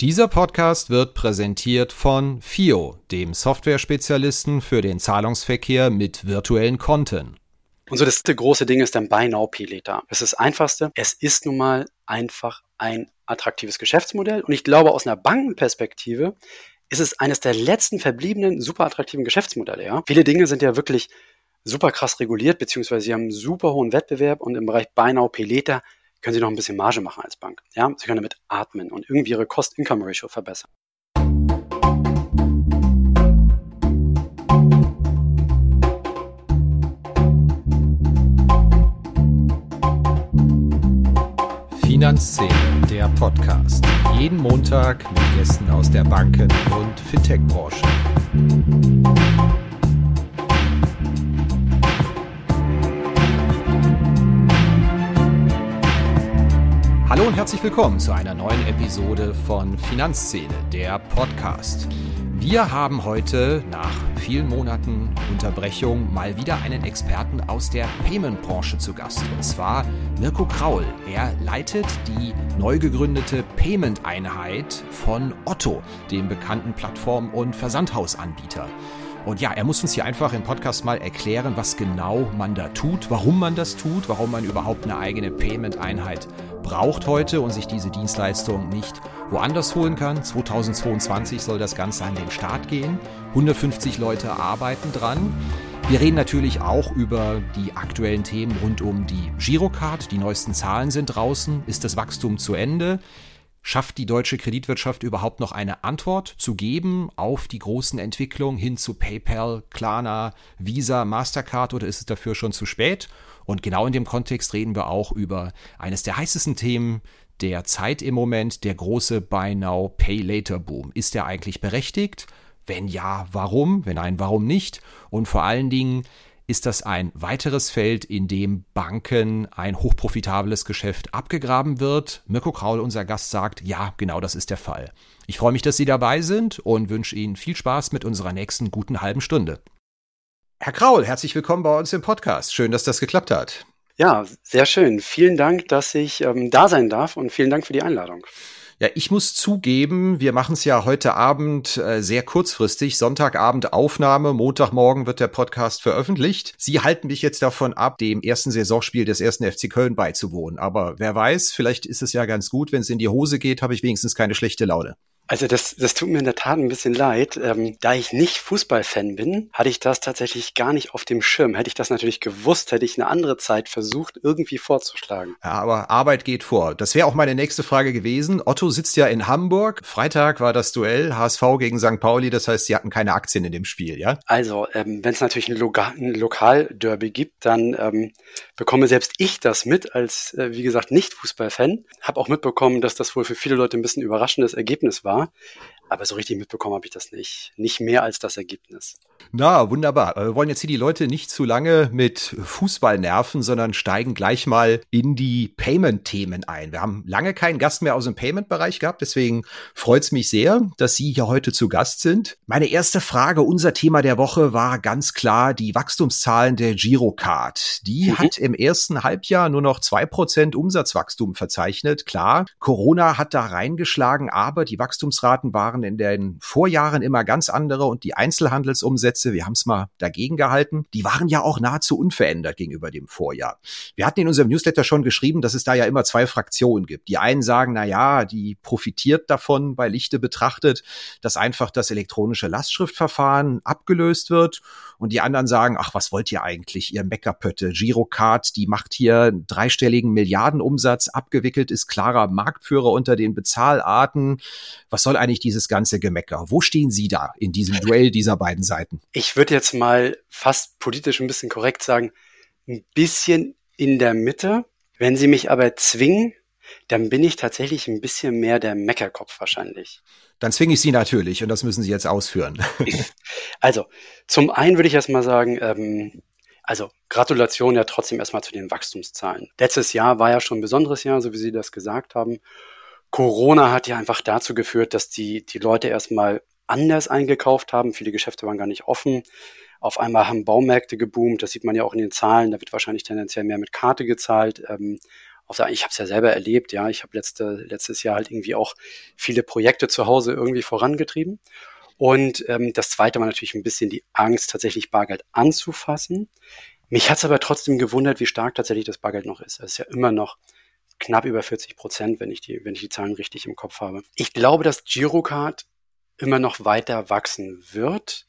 Dieser Podcast wird präsentiert von FIO, dem Software-Spezialisten für den Zahlungsverkehr mit virtuellen Konten. Und so das große Ding ist dann Buy Now, Pay Later. Das ist das Einfachste. Es ist nun mal einfach ein attraktives Geschäftsmodell. Und ich glaube, aus einer Bankenperspektive ist es eines der letzten verbliebenen super attraktiven Geschäftsmodelle. Ja? Viele Dinge sind ja wirklich super krass reguliert, beziehungsweise sie haben einen super hohen Wettbewerb und im Bereich Buy Now, Pay Later können Sie noch ein bisschen Marge machen als Bank. Ja? Sie können damit atmen und irgendwie Ihre Cost-Income-Ratio verbessern. Finanzszene, der Podcast. Jeden Montag mit Gästen aus der Banken- und Fintech-Branche. Hallo und herzlich willkommen zu einer neuen Episode von Finanzszene, der Podcast. Wir haben heute nach vielen Monaten Unterbrechung mal wieder einen Experten aus der Payment-Branche zu Gast. Und zwar Mirko Kraul. Er leitet die neu gegründete Payment-Einheit von Otto, dem bekannten Plattform- und Versandhausanbieter. Und ja, er muss uns hier einfach im Podcast mal erklären, was genau man da tut, warum man das tut, warum man überhaupt eine eigene Payment-Einheit braucht heute und sich diese Dienstleistung nicht woanders holen kann. 2022 soll das Ganze an den Start gehen. 150 Leute arbeiten dran. Wir reden natürlich auch über die aktuellen Themen rund um die Girocard. Die neuesten Zahlen sind draußen. Ist das Wachstum zu Ende? Schafft die deutsche Kreditwirtschaft überhaupt noch eine Antwort zu geben auf die großen Entwicklungen hin zu PayPal, Klarna, Visa, Mastercard oder ist es dafür schon zu spät? Und genau in dem Kontext reden wir auch über eines der heißesten Themen der Zeit im Moment, der große Buy Now, Pay Later Boom. Ist der eigentlich berechtigt? Wenn ja, warum? Wenn nein, warum nicht? Und vor allen Dingen, ist das ein weiteres Feld, in dem Banken ein hochprofitables Geschäft abgegraben wird? Mirko Kraul, unser Gast, sagt, ja, genau das ist der Fall. Ich freue mich, dass Sie dabei sind und wünsche Ihnen viel Spaß mit unserer nächsten guten halben Stunde. Herr Kraul, herzlich willkommen bei uns im Podcast. Schön, dass das geklappt hat. Ja, sehr schön. Vielen Dank, dass ich da sein darf und vielen Dank für die Einladung. Ja, ich muss zugeben, wir machen es ja heute Abend sehr kurzfristig. Sonntagabend Aufnahme, Montagmorgen wird der Podcast veröffentlicht. Sie halten mich jetzt davon ab, dem ersten Saisonspiel des 1. FC Köln beizuwohnen. Aber wer weiß, vielleicht ist es ja ganz gut, wenn es in die Hose geht, habe ich wenigstens keine schlechte Laune. Also das tut mir in der Tat ein bisschen leid. Da ich nicht Fußballfan bin, hatte ich das tatsächlich gar nicht auf dem Schirm. Hätte ich das natürlich gewusst, hätte ich eine andere Zeit versucht, irgendwie vorzuschlagen. Ja, aber Arbeit geht vor. Das wäre auch meine nächste Frage gewesen. Otto sitzt ja in Hamburg. Freitag war das Duell HSV gegen St. Pauli. Das heißt, Sie hatten keine Aktien in dem Spiel, ja? Also, wenn es natürlich ein Lokalderby gibt, dann bekomme selbst ich das mit als, wie gesagt, Nicht-Fußballfan. Habe auch mitbekommen, dass das wohl für viele Leute ein bisschen überraschendes Ergebnis war. Aber so richtig mitbekommen habe ich das nicht. Nicht mehr als das Ergebnis. Na, wunderbar. Wir wollen jetzt hier die Leute nicht zu lange mit Fußball nerven, sondern steigen gleich mal in die Payment-Themen ein. Wir haben lange keinen Gast mehr aus dem Payment-Bereich gehabt, deswegen freut es mich sehr, dass Sie hier heute zu Gast sind. Meine erste Frage, unser Thema der Woche war ganz klar die Wachstumszahlen der Girocard. Die hat im ersten Halbjahr nur noch 2% Umsatzwachstum verzeichnet. Klar, Corona hat da reingeschlagen, aber die Wachstumsraten waren in den Vorjahren immer ganz andere und die Einzelhandelsumsätze, wir haben es mal dagegen gehalten, die waren ja auch nahezu unverändert gegenüber dem Vorjahr. Wir hatten in unserem Newsletter schon geschrieben, dass es da ja immer zwei Fraktionen gibt. Die einen sagen, na ja, die profitiert davon, bei Lichte betrachtet, dass einfach das elektronische Lastschriftverfahren abgelöst wird. Und die anderen sagen, ach, was wollt ihr eigentlich, ihr Meckerpötte? Girocard, die macht hier einen dreistelligen Milliardenumsatz, abgewickelt, ist klarer Marktführer unter den Bezahlarten. Was soll eigentlich dieses ganze Gemecker? Wo stehen Sie da in diesem Duell dieser beiden Seiten? Ich würde jetzt mal fast politisch ein bisschen korrekt sagen, ein bisschen in der Mitte. Wenn Sie mich aber zwingen, dann bin ich tatsächlich ein bisschen mehr der Meckerkopf wahrscheinlich. Dann zwinge ich Sie natürlich und das müssen Sie jetzt ausführen. Also, zum einen würde ich erstmal sagen, also Gratulation ja trotzdem erstmal zu den Wachstumszahlen. Letztes Jahr war ja schon ein besonderes Jahr, so wie Sie das gesagt haben. Corona hat ja einfach dazu geführt, dass die Leute erstmal anders eingekauft haben. Viele Geschäfte waren gar nicht offen. Auf einmal haben Baumärkte geboomt. Das sieht man ja auch in den Zahlen. Da wird wahrscheinlich tendenziell mehr mit Karte gezahlt. ich habe es ja selber erlebt, ja, ich habe letztes Jahr halt irgendwie auch viele Projekte zu Hause irgendwie vorangetrieben. Und das zweite war natürlich ein bisschen die Angst, tatsächlich Bargeld anzufassen. Mich hat es aber trotzdem gewundert, wie stark tatsächlich das Bargeld noch ist. Es ist ja immer noch knapp über 40%, wenn ich die Zahlen richtig im Kopf habe. Ich glaube, dass Girocard immer noch weiter wachsen wird.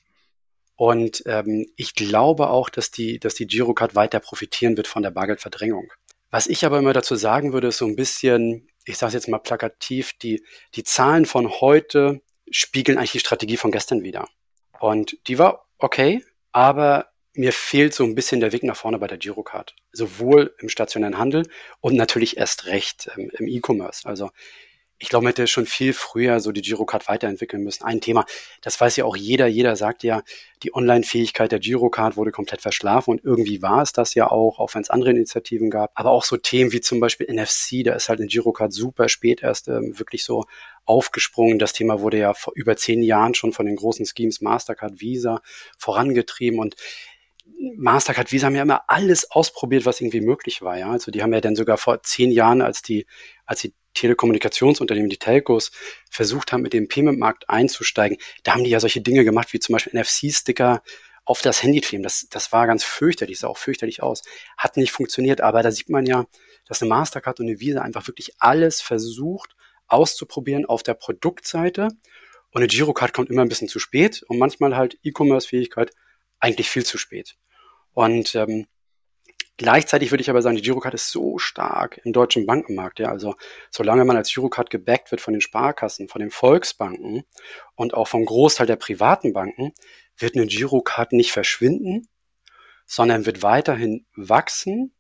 Und ich glaube auch, dass die Girocard weiter profitieren wird von der Bargeldverdrängung. Was ich aber immer dazu sagen würde, ist so ein bisschen, ich sage es jetzt mal plakativ, die Zahlen von heute spiegeln eigentlich die Strategie von gestern wider. Und die war okay, aber mir fehlt so ein bisschen der Weg nach vorne bei der Girocard. Sowohl im stationären Handel und natürlich erst recht im E-Commerce. Also ich glaube, man hätte schon viel früher so die Girocard weiterentwickeln müssen. Ein Thema, das weiß ja auch jeder. Jeder sagt ja, die Online-Fähigkeit der Girocard wurde komplett verschlafen und irgendwie war es das ja auch wenn es andere Initiativen gab. Aber auch so Themen wie zum Beispiel NFC, da ist halt eine Girocard super spät erst wirklich so aufgesprungen. Das Thema wurde ja vor über 10 Jahren schon von den großen Schemes Mastercard, Visa vorangetrieben und Mastercard, Visa haben ja immer alles ausprobiert, was irgendwie möglich war, ja. Also die haben ja dann sogar vor 10 Jahren, als die Telekommunikationsunternehmen, die Telcos, versucht haben, mit dem Payment-Markt einzusteigen, da haben die ja solche Dinge gemacht, wie zum Beispiel NFC-Sticker auf das Handy kleben. Das war ganz fürchterlich, sah auch fürchterlich aus. Hat nicht funktioniert, aber da sieht man ja, dass eine Mastercard und eine Visa einfach wirklich alles versucht auszuprobieren auf der Produktseite. Und eine Girocard kommt immer ein bisschen zu spät und manchmal halt E-Commerce-Fähigkeit eigentlich viel zu spät. Und gleichzeitig würde ich aber sagen, die Girocard ist so stark im deutschen Bankenmarkt. Ja, also solange man als Girocard gebackt wird von den Sparkassen, von den Volksbanken und auch vom Großteil der privaten Banken, wird eine Girocard nicht verschwinden, sondern wird weiterhin wachsen.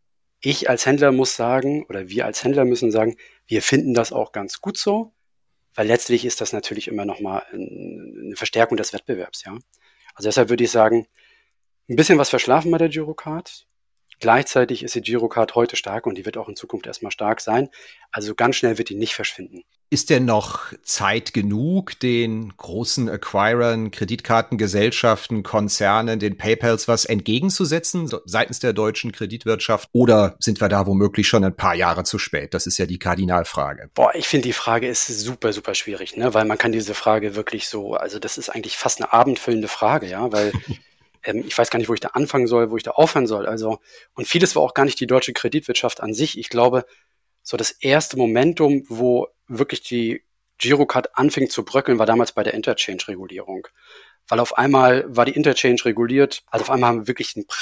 Ich als Händler muss sagen, oder wir als Händler müssen sagen, wir finden das auch ganz gut so, weil letztlich ist das natürlich immer nochmal eine Verstärkung des Wettbewerbs. Ja, also deshalb würde ich sagen, ein bisschen was verschlafen bei der Girocard. Gleichzeitig ist die Girocard heute stark und die wird auch in Zukunft erstmal stark sein. Also ganz schnell wird die nicht verschwinden. Ist denn noch Zeit genug, den großen Acquirern, Kreditkartengesellschaften, Konzernen, den PayPals was entgegenzusetzen seitens der deutschen Kreditwirtschaft? Oder sind wir da womöglich schon ein paar Jahre zu spät? Das ist ja die Kardinalfrage. Ich finde, die Frage ist super, super schwierig, ne? Weil man kann diese Frage wirklich so, also das ist eigentlich fast eine abendfüllende Frage, ja, weil ich weiß gar nicht, wo ich da anfangen soll, wo ich da aufhören soll. Also, und vieles war auch gar nicht die deutsche Kreditwirtschaft an sich. Ich glaube, so das erste Momentum, wo wirklich die Girocard anfing zu bröckeln, war damals bei der Interchange-Regulierung. Weil auf einmal war die Interchange reguliert, also auf einmal haben wir wirklich einen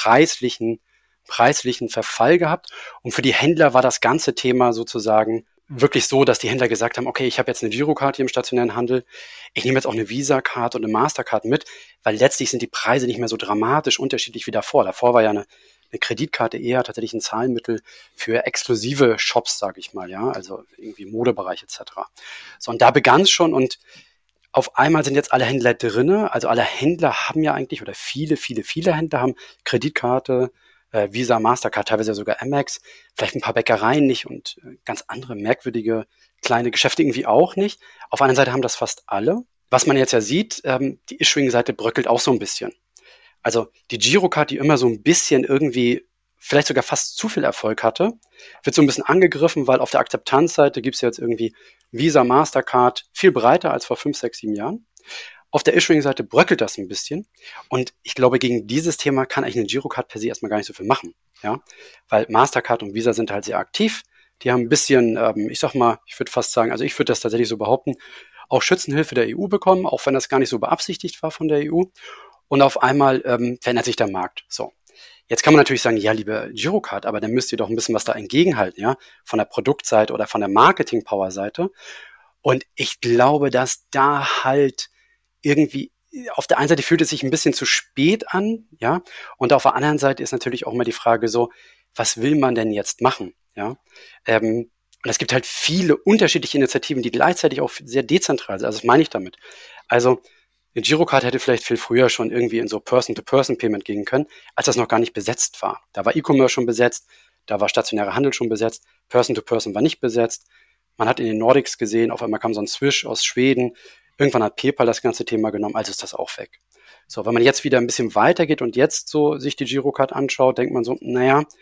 preislichen Verfall gehabt. Und für die Händler war das ganze Thema sozusagen wirklich so, dass die Händler gesagt haben, okay, ich habe jetzt eine Girocard hier im stationären Handel, ich nehme jetzt auch eine Visa-Card und eine Mastercard mit, weil letztlich sind die Preise nicht mehr so dramatisch unterschiedlich wie davor. Davor war ja eine Kreditkarte eher tatsächlich ein Zahlmittel für exklusive Shops, sage ich mal, ja, also irgendwie Modebereich etc. So, und da begann es schon und auf einmal sind jetzt alle Händler drinne, also alle Händler haben ja eigentlich, oder viele Händler haben Kreditkarte, Visa, Mastercard, teilweise sogar Amex, vielleicht ein paar Bäckereien nicht und ganz andere merkwürdige kleine Geschäfte irgendwie auch nicht. Auf der anderen Seite haben das fast alle. Was man jetzt ja sieht, die Issuing-Seite bröckelt auch so ein bisschen. Also die Girocard, die immer so ein bisschen irgendwie vielleicht sogar fast zu viel Erfolg hatte, wird so ein bisschen angegriffen, weil auf der Akzeptanzseite gibt es jetzt irgendwie Visa, Mastercard viel breiter als vor 5, 6, 7 Jahren. Auf der Issuing-Seite bröckelt das ein bisschen. Und ich glaube, gegen dieses Thema kann eigentlich eine Girocard per se erstmal gar nicht so viel machen. Ja? Weil Mastercard und Visa sind halt sehr aktiv. Die haben ein bisschen, ich würde fast sagen, also ich würde das tatsächlich so behaupten, auch Schützenhilfe der EU bekommen, auch wenn das gar nicht so beabsichtigt war von der EU. Und auf einmal verändert sich der Markt. So. Jetzt kann man natürlich sagen, ja, liebe Girocard, aber dann müsst ihr doch ein bisschen was da entgegenhalten, ja, von der Produktseite oder von der Marketing-Power-Seite. Und ich glaube, dass da halt irgendwie, auf der einen Seite fühlt es sich ein bisschen zu spät an, ja, und auf der anderen Seite ist natürlich auch immer die Frage so, was will man denn jetzt machen, ja? Und es gibt halt viele unterschiedliche Initiativen, die gleichzeitig auch sehr dezentral sind. Also das meine ich damit. Also eine Girocard hätte vielleicht viel früher schon irgendwie in so Person-to-Person-Payment gehen können, als das noch gar nicht besetzt war. Da war E-Commerce schon besetzt, da war stationärer Handel schon besetzt, Person-to-Person war nicht besetzt. Man hat in den Nordics gesehen, auf einmal kam so ein Swish aus Schweden. Irgendwann hat PayPal das ganze Thema genommen, also ist das auch weg. So, wenn man jetzt wieder ein bisschen weitergeht und jetzt so sich die Girocard anschaut, denkt man so, naja,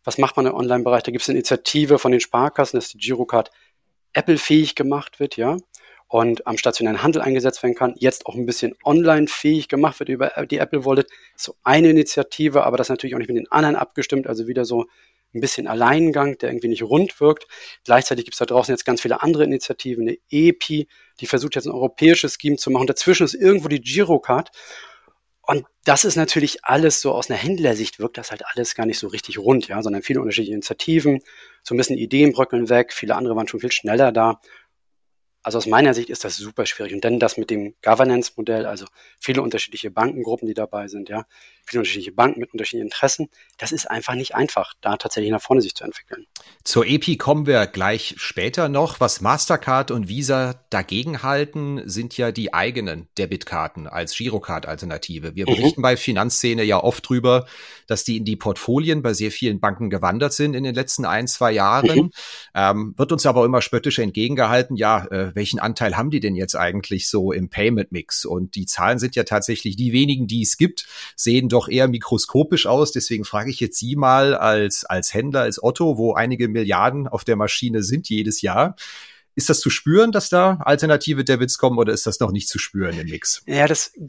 Was macht man im Online-Bereich? Da gibt es eine Initiative von den Sparkassen, dass die Girocard Apple-fähig gemacht wird, ja, und am stationären Handel eingesetzt werden kann, jetzt auch ein bisschen online-fähig gemacht wird über die Apple Wallet. So eine Initiative, aber das natürlich auch nicht mit den anderen abgestimmt, also wieder so ein bisschen Alleingang, der irgendwie nicht rund wirkt. Gleichzeitig gibt es da draußen jetzt ganz viele andere Initiativen, eine EPI, die versucht jetzt ein europäisches Scheme zu machen. Dazwischen ist irgendwo die Girocard. Und das ist natürlich alles so aus einer Händlersicht wirkt das halt alles gar nicht so richtig rund, ja, sondern viele unterschiedliche Initiativen, so ein bisschen Ideen bröckeln weg, viele andere waren schon viel schneller da. Also aus meiner Sicht ist das super schwierig. Und dann das mit dem Governance-Modell, also viele unterschiedliche Bankengruppen, die dabei sind, ja, viele unterschiedliche Banken mit unterschiedlichen Interessen. Das ist einfach nicht einfach, da tatsächlich nach vorne sich zu entwickeln. Zur EPI kommen wir gleich später noch. Was Mastercard und Visa dagegen halten, sind ja die eigenen Debitkarten als Girocard-Alternative. Wir berichten bei Finanzszene ja oft drüber, dass die in die Portfolien bei sehr vielen Banken gewandert sind in den letzten 1-2 Jahren. Wird uns aber immer spöttisch entgegengehalten, ja, welchen Anteil haben die denn jetzt eigentlich so im Payment-Mix? Und die Zahlen sind ja tatsächlich die wenigen, die es gibt, sehen doch eher mikroskopisch aus. Deswegen frage ich jetzt Sie mal als Händler, als Otto, wo einige Milliarden auf der Maschine sind jedes Jahr. Ist das zu spüren, dass da alternative Debits kommen oder ist das noch nicht zu spüren im Mix? Ja, das sind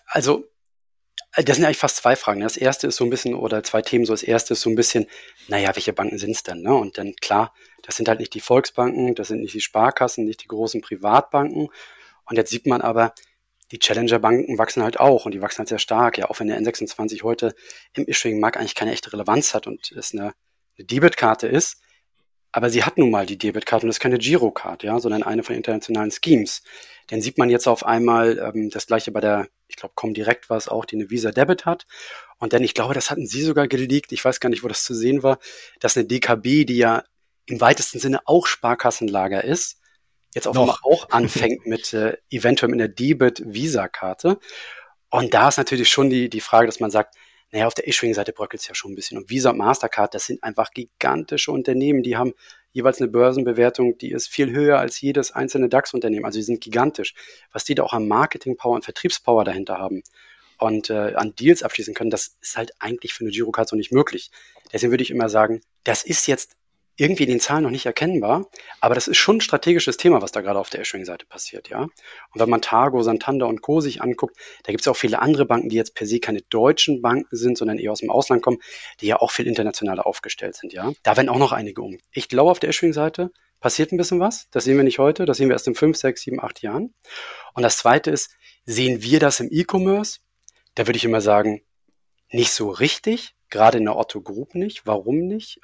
eigentlich fast zwei Fragen. Das erste ist so ein bisschen, oder zwei Themen. So das erste ist so ein bisschen, naja, welche Banken sind es denn? Ne? Und dann klar, das sind halt nicht die Volksbanken, das sind nicht die Sparkassen, nicht die großen Privatbanken. Und jetzt sieht man aber, die Challenger-Banken wachsen halt auch und die wachsen halt sehr stark. Ja, auch wenn der N26 heute im Issuing-Markt eigentlich keine echte Relevanz hat und es eine Debitkarte ist. Aber sie hat nun mal die Debitkarte und das ist keine Girocard, ja, sondern eine von internationalen Schemes. Dann sieht man jetzt auf einmal das gleiche bei der, ich glaube, Comdirect war es auch, die eine Visa Debit hat. Und dann, ich glaube, das hatten sie sogar geleakt, ich weiß gar nicht, wo das zu sehen war, dass eine DKB, die ja im weitesten Sinne auch Sparkassenlager ist, jetzt auf einmal auch anfängt mit eventuell mit einer Debit-Visa-Karte. Und da ist natürlich schon die Frage, dass man sagt, naja, auf der Issuing-Seite bröckelt es ja schon ein bisschen. Und Visa und Mastercard, das sind einfach gigantische Unternehmen. Die haben jeweils eine Börsenbewertung, die ist viel höher als jedes einzelne DAX-Unternehmen. Also die sind gigantisch. Was die da auch an Marketing-Power und Vertriebspower dahinter haben und an Deals abschließen können, das ist halt eigentlich für eine Girocard so nicht möglich. Deswegen würde ich immer sagen, das ist jetzt irgendwie in den Zahlen noch nicht erkennbar, aber das ist schon ein strategisches Thema, was da gerade auf der Issuing-Seite passiert, ja. Und wenn man Targo, Santander und Co. sich anguckt, da gibt es auch viele andere Banken, die jetzt per se keine deutschen Banken sind, sondern eher aus dem Ausland kommen, die ja auch viel internationaler aufgestellt sind, ja. Da werden auch noch einige um. Ich glaube, auf der Issuing-Seite passiert ein bisschen was. Das sehen wir nicht heute, das sehen wir erst in 5, 6, 7, 8 Jahren. Und das Zweite ist, sehen wir das im E-Commerce? Da würde ich immer sagen, nicht so richtig, gerade in der Otto Group nicht. Warum nicht?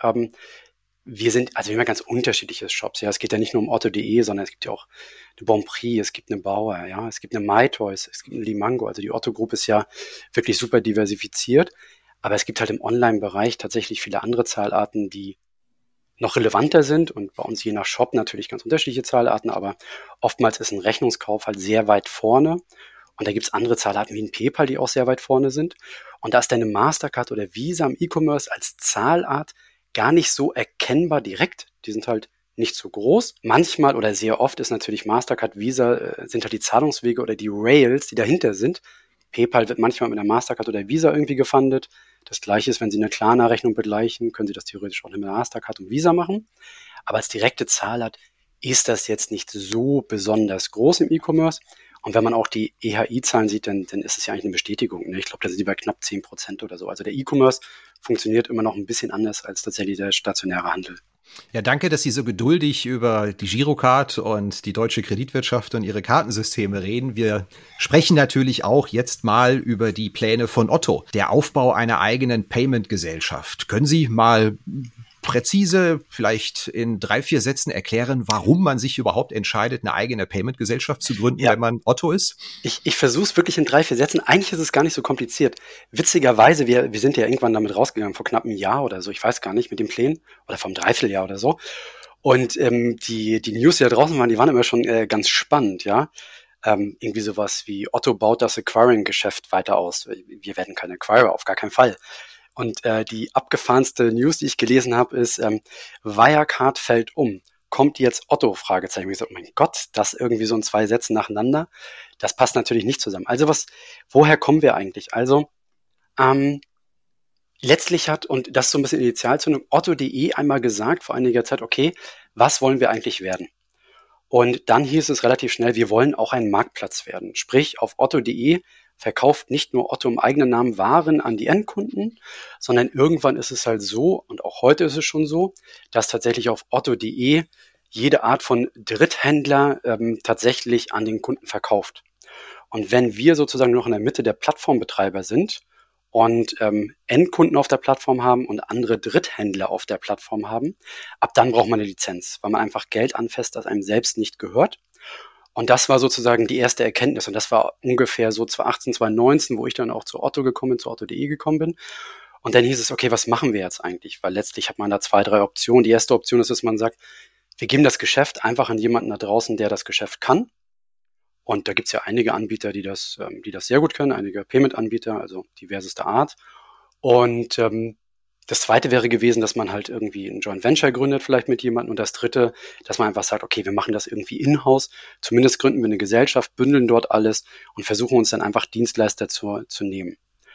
Wir haben ja ganz unterschiedliche Shops. Ja, es geht ja nicht nur um Otto.de, sondern es gibt ja auch eine Bonprix, es gibt eine Bauer, ja, es gibt eine MyToys, es gibt eine Limango. Also die Otto Group ist ja wirklich super diversifiziert. Aber es gibt halt im Online-Bereich tatsächlich viele andere Zahlarten, die noch relevanter sind und bei uns je nach Shop natürlich ganz unterschiedliche Zahlarten, aber oftmals ist ein Rechnungskauf halt sehr weit vorne. Und da gibt's andere Zahlarten wie ein PayPal, die auch sehr weit vorne sind. Und da ist dann eine Mastercard oder Visa im E-Commerce als Zahlart gar nicht so erkennbar direkt. Die sind halt nicht so groß. Manchmal oder sehr oft ist natürlich Mastercard, Visa, sind halt die Zahlungswege oder die Rails, die dahinter sind. PayPal wird manchmal mit einer Mastercard oder Visa irgendwie gefundet. Das Gleiche ist, wenn Sie eine Klarna-Rechnung begleichen, können Sie das theoretisch auch mit einer Mastercard und Visa machen. Aber als direkte Zahlart ist das jetzt nicht so besonders groß im E-Commerce. Und wenn man auch die EHI-Zahlen sieht, dann ist es ja eigentlich eine Bestätigung. Ne? Ich glaube, da sind die bei knapp 10% oder so. Also der E-Commerce funktioniert immer noch ein bisschen anders als tatsächlich der stationäre Handel. Ja, danke, dass Sie so geduldig über die Girocard und die deutsche Kreditwirtschaft und ihre Kartensysteme reden. Wir sprechen natürlich auch jetzt mal über die Pläne von Otto, der Aufbau einer eigenen Payment-Gesellschaft. Können Sie mal präzise, vielleicht in 3, 4 Sätzen erklären, warum man sich überhaupt entscheidet, eine eigene Payment-Gesellschaft zu gründen, wenn man Otto ist? Ich versuche es wirklich in 3, 4 Sätzen. Eigentlich ist es gar nicht so kompliziert. Witzigerweise, wir sind ja irgendwann damit rausgegangen, vor knapp einem Jahr oder so, ich weiß gar nicht, mit den Plänen, oder vom Dreivierteljahr oder so. Und die News, die da draußen waren, die waren immer schon ganz spannend, ja. Irgendwie sowas wie Otto baut das Acquiring-Geschäft weiter aus. Wir werden keine Acquirer, auf gar keinen Fall. Und die abgefahrenste News, die ich gelesen habe, ist, Wirecard fällt um. Kommt jetzt Otto? Fragezeichen. Ich so, oh mein Gott, das irgendwie so in 2 Sätzen nacheinander. Das passt natürlich nicht zusammen. Also woher kommen wir eigentlich? Also, Letztlich hat, und das ist so ein bisschen Initialzündung, Otto.de einmal gesagt vor einiger Zeit, okay, was wollen wir eigentlich werden? Und dann hieß es relativ schnell, wir wollen auch ein Marktplatz werden. Sprich, auf Otto.de verkauft nicht nur Otto im eigenen Namen Waren an die Endkunden, sondern irgendwann ist es halt so, und auch heute ist es schon so, dass tatsächlich auf Otto.de jede Art von Dritthändler tatsächlich an den Kunden verkauft. Und wenn wir sozusagen noch in der Mitte der Plattformbetreiber sind und Endkunden auf der Plattform haben und andere Dritthändler auf der Plattform haben, ab dann braucht man eine Lizenz, weil man einfach Geld anfasst, das einem selbst nicht gehört. Und das war sozusagen die erste Erkenntnis. Und das war ungefähr so 2018, 2019, wo ich dann auch zu Otto gekommen bin, zu Otto.de gekommen bin. Und dann hieß es, okay, was machen wir jetzt eigentlich? Weil letztlich hat man da 2, 3 Optionen. Die erste Option ist, dass man sagt, wir geben das Geschäft einfach an jemanden da draußen, der das Geschäft kann. Und da gibt's ja einige Anbieter, die das sehr gut können, einige Payment-Anbieter, also diversester Art. Und das zweite wäre gewesen, dass man halt irgendwie ein Joint Venture gründet, vielleicht mit jemandem. Und das dritte, dass man einfach sagt, okay, wir machen das irgendwie in-house. Zumindest gründen wir eine Gesellschaft, bündeln dort alles und versuchen uns dann einfach Dienstleister zu nehmen.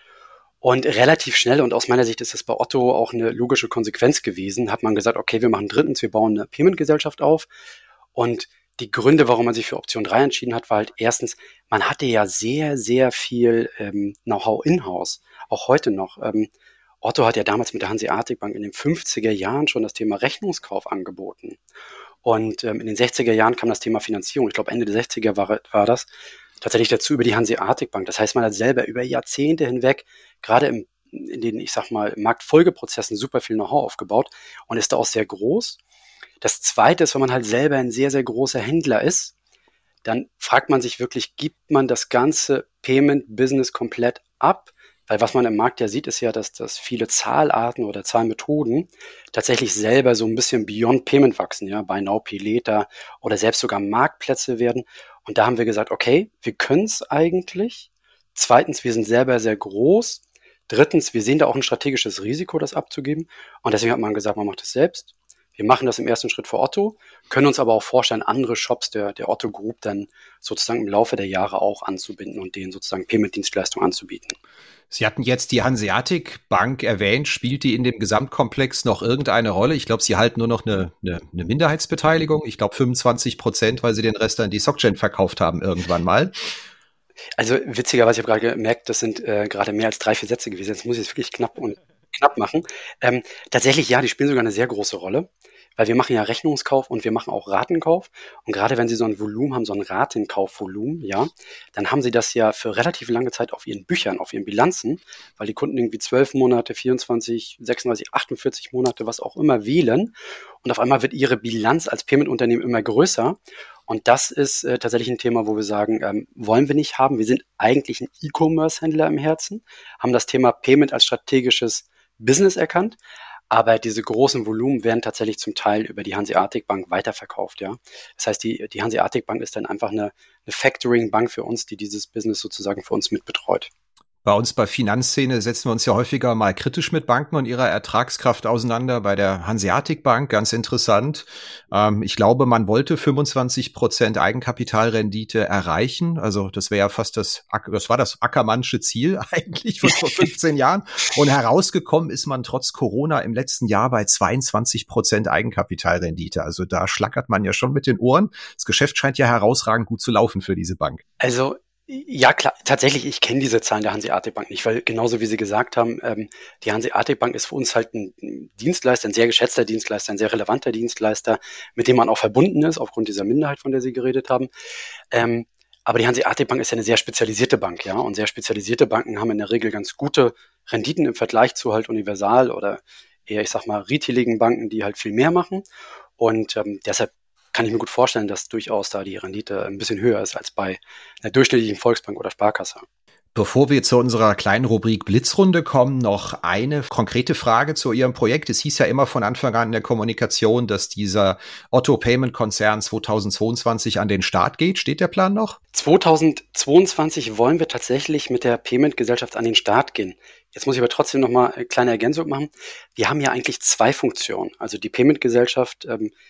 Und relativ schnell, und aus meiner Sicht ist das bei Otto auch eine logische Konsequenz gewesen, hat man gesagt, okay, wir machen drittens, wir bauen eine Payment-Gesellschaft auf. Und die Gründe, warum man sich für Option 3 entschieden hat, war halt erstens, man hatte ja sehr, sehr viel Know-how in-house, auch heute noch. Otto hat ja damals mit der Hanseatic Bank in den 50er Jahren schon das Thema Rechnungskauf angeboten. Und in den 60er Jahren kam das Thema Finanzierung. Ich glaube, Ende der 60er war das tatsächlich dazu über die Hanseatic Bank. Das heißt, man hat selber über Jahrzehnte hinweg, gerade in den, ich sag mal, Marktfolgeprozessen super viel Know-how aufgebaut und ist da auch sehr groß. Das Zweite ist, wenn man halt selber ein sehr, sehr großer Händler ist, dann fragt man sich wirklich, gibt man das ganze Payment-Business komplett ab? Weil was man im Markt ja sieht, ist ja, dass viele Zahlarten oder Zahlmethoden tatsächlich selber so ein bisschen beyond Payment wachsen, ja, Buy Now, Pay Later oder selbst sogar Marktplätze werden. Und da haben wir gesagt, okay, wir können es eigentlich. Zweitens, wir sind selber sehr groß. Drittens, wir sehen da auch ein strategisches Risiko, das abzugeben. Und deswegen hat man gesagt, man macht es selbst. Wir machen das im ersten Schritt für Otto, können uns aber auch vorstellen, andere Shops der Otto Group dann sozusagen im Laufe der Jahre auch anzubinden und denen sozusagen Payment-Dienstleistungen anzubieten. Sie hatten jetzt die Hanseatic Bank erwähnt. Spielt die in dem Gesamtkomplex noch irgendeine Rolle? Ich glaube, Sie halten nur noch eine Minderheitsbeteiligung. Ich glaube 25%, weil Sie den Rest an die SocGen verkauft haben irgendwann mal. Also witzigerweise, ich habe gerade gemerkt, das sind gerade mehr als 3, 4 Sätze gewesen. Jetzt muss ich es wirklich knapp machen. Tatsächlich, ja, die spielen sogar eine sehr große Rolle, weil wir machen ja Rechnungskauf und wir machen auch Ratenkauf. Und gerade wenn Sie so ein Volumen haben, so ein Ratenkaufvolumen, ja, dann haben Sie das ja für relativ lange Zeit auf Ihren Büchern, auf Ihren Bilanzen, weil die Kunden irgendwie 12 Monate, 24, 36, 48 Monate, was auch immer wählen. Und auf einmal wird Ihre Bilanz als Payment-Unternehmen immer größer. Und das ist tatsächlich ein Thema, wo wir sagen, wollen wir nicht haben. Wir sind eigentlich ein E-Commerce-Händler im Herzen, haben das Thema Payment als strategisches Business erkannt, aber diese großen Volumen werden tatsächlich zum Teil über die Hanseatic Bank weiterverkauft, ja. Das heißt, die Hanseatic Bank ist dann einfach eine Factoring-Bank für uns, die dieses Business sozusagen für uns mitbetreut. Bei uns bei Finanzszene setzen wir uns ja häufiger mal kritisch mit Banken und ihrer Ertragskraft auseinander. Bei der Hanseatic Bank, ganz interessant. Ich glaube, man wollte 25% Eigenkapitalrendite erreichen. Also das wäre ja fast das war das Ackermannsche Ziel eigentlich von vor 15 Jahren. Und herausgekommen ist man trotz Corona im letzten Jahr bei 22% Eigenkapitalrendite. Also da schlackert man ja schon mit den Ohren. Das Geschäft scheint ja herausragend gut zu laufen für diese Bank. Also ja, klar, tatsächlich, ich kenne diese Zahlen der Hanseatic Bank nicht, weil genauso wie Sie gesagt haben, die Hanseatic Bank ist für uns halt ein Dienstleister, ein sehr geschätzter Dienstleister, ein sehr relevanter Dienstleister, mit dem man auch verbunden ist, aufgrund dieser Minderheit, von der Sie geredet haben. Aber die Hanseatic Bank ist ja eine sehr spezialisierte Bank, ja, und sehr spezialisierte Banken haben in der Regel ganz gute Renditen im Vergleich zu halt Universal oder eher, ich sag mal, retailigen Banken, die halt viel mehr machen. Und deshalb kann ich mir gut vorstellen, dass durchaus da die Rendite ein bisschen höher ist als bei einer durchschnittlichen Volksbank oder Sparkasse. Bevor wir zu unserer kleinen Rubrik Blitzrunde kommen, noch eine konkrete Frage zu Ihrem Projekt. Es hieß ja immer von Anfang an in der Kommunikation, dass dieser Otto Payment Konzern 2022 an den Start geht. Steht der Plan noch? 2022 wollen wir tatsächlich mit der Payment-Gesellschaft an den Start gehen. Jetzt muss ich aber trotzdem noch mal eine kleine Ergänzung machen. Wir haben ja eigentlich 2 Funktionen. Also die Payment-Gesellschaft,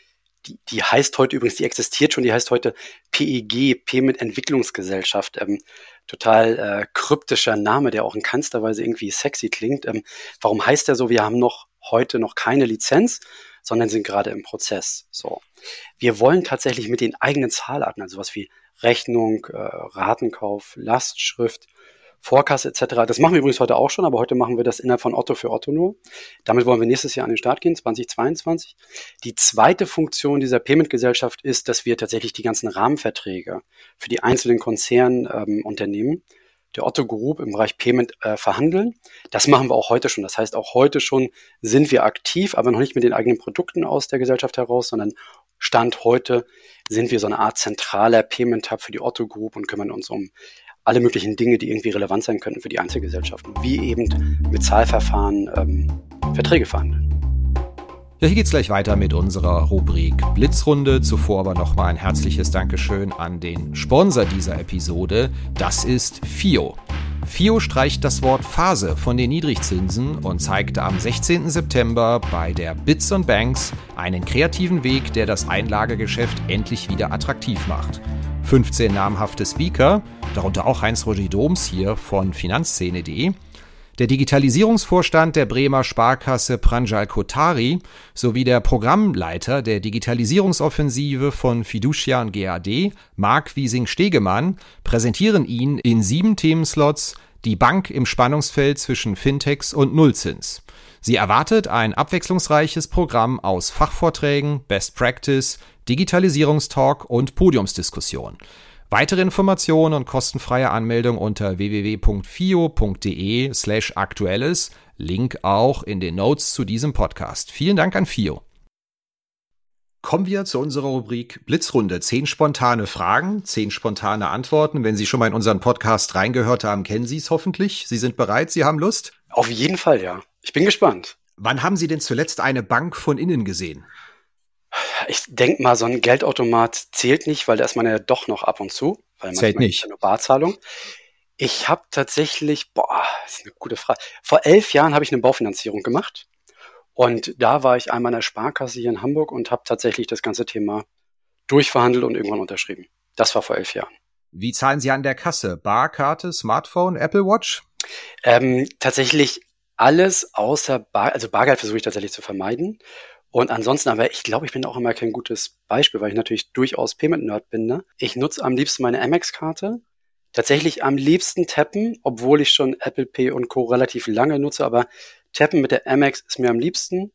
Die heißt heute übrigens, die existiert schon, die heißt heute PEG, Payment Entwicklungsgesellschaft. Total kryptischer Name, der auch in keinster Weise irgendwie sexy klingt. Warum heißt der so? Wir haben heute noch keine Lizenz, sondern sind gerade im Prozess. So. Wir wollen tatsächlich mit den eigenen Zahlarten, also sowas wie Rechnung, Ratenkauf, Lastschrift, Vorkasse etc. Das machen wir übrigens heute auch schon, aber heute machen wir das innerhalb von Otto für Otto nur. Damit wollen wir nächstes Jahr an den Start gehen, 2022. Die zweite Funktion dieser Payment-Gesellschaft ist, dass wir tatsächlich die ganzen Rahmenverträge für die einzelnen Konzernunternehmen der Otto Group im Bereich Payment verhandeln. Das machen wir auch heute schon. Das heißt, auch heute schon sind wir aktiv, aber noch nicht mit den eigenen Produkten aus der Gesellschaft heraus, sondern Stand heute sind wir so eine Art zentraler Payment-Hub für die Otto Group und kümmern uns um alle möglichen Dinge, die irgendwie relevant sein könnten für die Einzelgesellschaften, wie eben mit Zahlverfahren Verträge verhandeln. Ja, hier geht's gleich weiter mit unserer Rubrik Blitzrunde. Zuvor aber nochmal ein herzliches Dankeschön an den Sponsor dieser Episode. Das ist FIO. FIO streicht das Wort Phase von den Niedrigzinsen und zeigte am 16. September bei der Bits & Banks einen kreativen Weg, der das Einlagegeschäft endlich wieder attraktiv macht. 15 namhafte Speaker, darunter auch Heinz-Roger Doms hier von Finanzszene.de, der Digitalisierungsvorstand der Bremer Sparkasse Pranjal Kothari sowie der Programmleiter der Digitalisierungsoffensive von Fiducia und GAD, Marc Wiesing-Stegemann, präsentieren Ihnen in 7 Themenslots die Bank im Spannungsfeld zwischen Fintechs und Nullzins. Sie erwartet ein abwechslungsreiches Programm aus Fachvorträgen, Best Practice, Digitalisierungstalk und Podiumsdiskussion. Weitere Informationen und kostenfreie Anmeldung unter www.fio.de/aktuelles. Link auch in den Notes zu diesem Podcast. Vielen Dank an FIO. Kommen wir zu unserer Rubrik Blitzrunde. 10 spontane Fragen, 10 spontane Antworten. Wenn Sie schon mal in unseren Podcast reingehört haben, kennen Sie es hoffentlich. Sie sind bereit, Sie haben Lust? Auf jeden Fall, ja. Ich bin gespannt. Wann haben Sie denn zuletzt eine Bank von innen gesehen? Ich denke mal, so ein Geldautomat zählt nicht, weil da ist man ja doch noch ab und zu. Weil Zählt nicht. Ja nur Barzahlung. Ich habe tatsächlich, das ist eine gute Frage. Vor 11 Jahren habe ich eine Baufinanzierung gemacht. Und da war ich einmal in der Sparkasse hier in Hamburg und habe tatsächlich das ganze Thema durchverhandelt und irgendwann unterschrieben. Das war vor 11 Jahren. Wie zahlen Sie an der Kasse? Bar, Karte, Smartphone, Apple Watch? Tatsächlich alles außer Bar, also Bargeld versuche ich tatsächlich zu vermeiden. Und ansonsten, aber ich glaube, ich bin auch immer kein gutes Beispiel, weil ich natürlich durchaus Payment-Nerd bin. Ne? Ich nutze am liebsten meine Amex-Karte. Tatsächlich am liebsten tappen, obwohl ich schon Apple Pay und Co. relativ lange nutze, aber tappen mit der Amex ist mir am liebsten.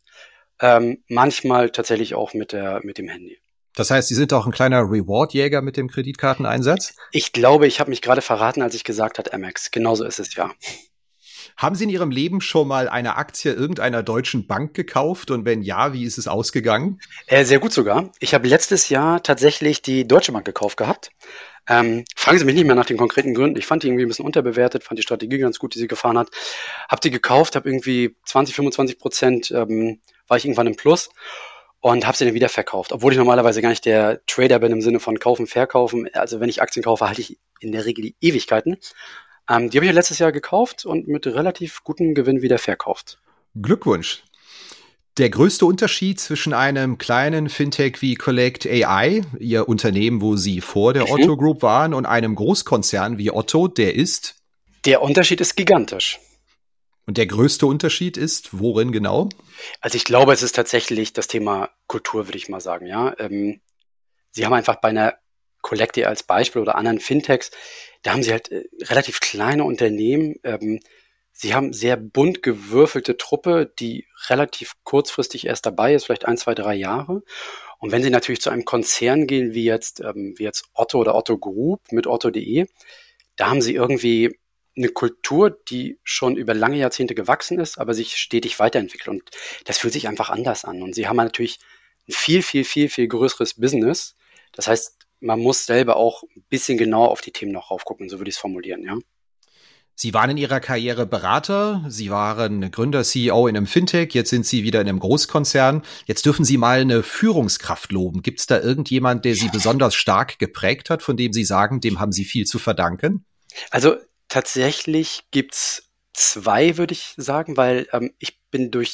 Manchmal tatsächlich auch mit dem Handy. Das heißt, Sie sind auch ein kleiner Reward-Jäger mit dem Kreditkarteneinsatz? Ich glaube, ich habe mich gerade verraten, als ich gesagt habe Amex. Genauso ist es, ja. Haben Sie in Ihrem Leben schon mal eine Aktie irgendeiner deutschen Bank gekauft? Und wenn ja, wie ist es ausgegangen? Sehr gut sogar. Ich habe letztes Jahr tatsächlich die Deutsche Bank gekauft gehabt. Fragen Sie mich nicht mehr nach den konkreten Gründen. Ich fand die irgendwie ein bisschen unterbewertet, fand die Strategie ganz gut, die sie gefahren hat. Hab die gekauft, habe irgendwie 20-25% war ich irgendwann im Plus und habe sie dann wieder verkauft. Obwohl ich normalerweise gar nicht der Trader bin im Sinne von kaufen, verkaufen. Also wenn ich Aktien kaufe, halte ich in der Regel die Ewigkeiten. Die habe ich ja letztes Jahr gekauft und mit relativ gutem Gewinn wieder verkauft. Glückwunsch. Der größte Unterschied zwischen einem kleinen Fintech wie Collect AI, Ihr Unternehmen, wo Sie vor der Otto Group waren, und einem Großkonzern wie Otto, der ist? Der Unterschied ist gigantisch. Und der größte Unterschied ist, worin genau? Also ich glaube, es ist tatsächlich das Thema Kultur, würde ich mal sagen. Ja, Sie haben einfach bei einer Collect AI als Beispiel oder anderen Fintechs, da haben Sie halt relativ kleine Unternehmen. Sie haben sehr bunt gewürfelte Truppe, die relativ kurzfristig erst dabei ist, vielleicht 1, 2, 3 Jahre. Und wenn Sie natürlich zu einem Konzern gehen, wie jetzt Otto oder Otto Group mit Otto.de, da haben Sie irgendwie eine Kultur, die schon über lange Jahrzehnte gewachsen ist, aber sich stetig weiterentwickelt. Und das fühlt sich einfach anders an. Und Sie haben natürlich ein viel, viel, viel, viel größeres Business. Das heißt, man muss selber auch ein bisschen genauer auf die Themen noch raufgucken, so würde ich es formulieren, ja. Sie waren in Ihrer Karriere Berater, Sie waren Gründer, CEO in einem Fintech, jetzt sind Sie wieder in einem Großkonzern. Jetzt dürfen Sie mal eine Führungskraft loben. Gibt es da irgendjemand, der Sie besonders stark geprägt hat, von dem Sie sagen, dem haben Sie viel zu verdanken? Also tatsächlich gibt's 2, würde ich sagen, weil ich bin durch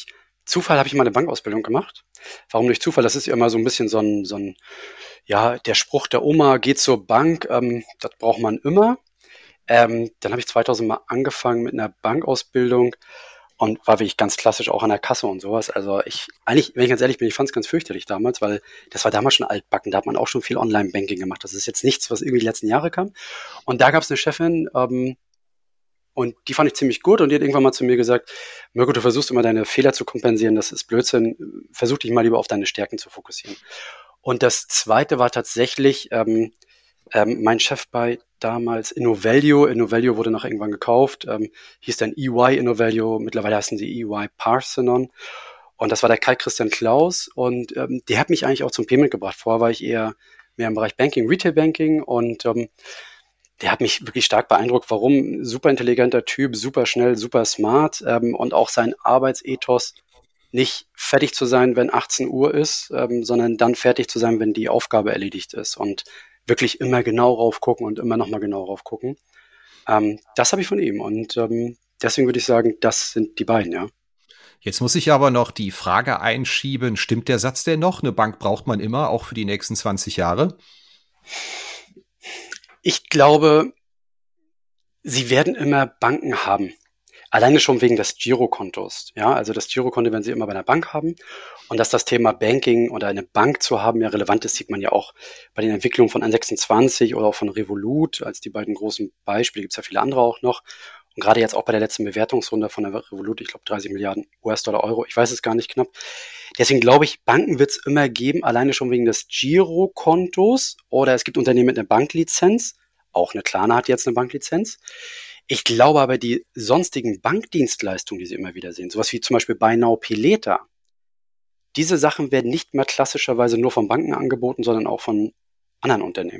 Zufall habe ich mal eine Bankausbildung gemacht. Warum durch Zufall? Das ist ja immer so ein bisschen ja, der Spruch der Oma, geht zur Bank, das braucht man immer. Dann habe ich 2000 mal angefangen mit einer Bankausbildung und war wirklich ganz klassisch auch an der Kasse und sowas. Also eigentlich, wenn ich ganz ehrlich bin, ich fand es ganz fürchterlich damals, weil das war damals schon altbacken. Da hat man auch schon viel Online-Banking gemacht. Das ist jetzt nichts, was irgendwie die letzten Jahre kam. Und da gab es eine Chefin, und die fand ich ziemlich gut und die hat irgendwann mal zu mir gesagt, Mirko, du versuchst immer deine Fehler zu kompensieren, das ist Blödsinn, versuch dich mal lieber auf deine Stärken zu fokussieren. Und das zweite war tatsächlich mein Chef bei damals Innovalue. Innovalue wurde noch irgendwann gekauft, hieß dann EY Innovalue, mittlerweile heißen sie EY Parthenon. Und das war der Kai Christian Klaus und der hat mich eigentlich auch zum Payment gebracht. Vorher war ich eher mehr im Bereich Banking, Retail Banking und der hat mich wirklich stark beeindruckt. Warum? Super intelligenter Typ, super schnell, super smart und auch sein Arbeitsethos, nicht fertig zu sein, wenn 18 Uhr ist, sondern dann fertig zu sein, wenn die Aufgabe erledigt ist und wirklich immer genau raufgucken und immer nochmal genau raufgucken. Das habe ich von ihm und deswegen würde ich sagen, das sind die beiden, ja. Jetzt muss ich aber noch die Frage einschieben, stimmt der Satz denn noch? Eine Bank braucht man immer, auch für die nächsten 20 Jahre? Ich glaube, sie werden immer Banken haben. Alleine schon wegen des Girokontos. Ja, also das Girokonto werden Sie immer bei einer Bank haben. Und dass das Thema Banking oder eine Bank zu haben ja relevant ist, sieht man ja auch bei den Entwicklungen von N26 oder auch von Revolut als die beiden großen Beispiele. Gibt es ja viele andere auch noch. Und gerade jetzt auch bei der letzten Bewertungsrunde von der Revolut, ich glaube 30 Milliarden US-Dollar, Euro, ich weiß es gar nicht knapp. Deswegen glaube ich, Banken wird es immer geben, alleine schon wegen des Girokontos. Oder es gibt Unternehmen mit einer Banklizenz. Auch eine Klarna hat jetzt eine Banklizenz. Ich glaube aber, die sonstigen Bankdienstleistungen, die Sie immer wieder sehen, sowas wie zum Beispiel Buy Now, Pay Later, diese Sachen werden nicht mehr klassischerweise nur von Banken angeboten, sondern auch von anderen Unternehmen.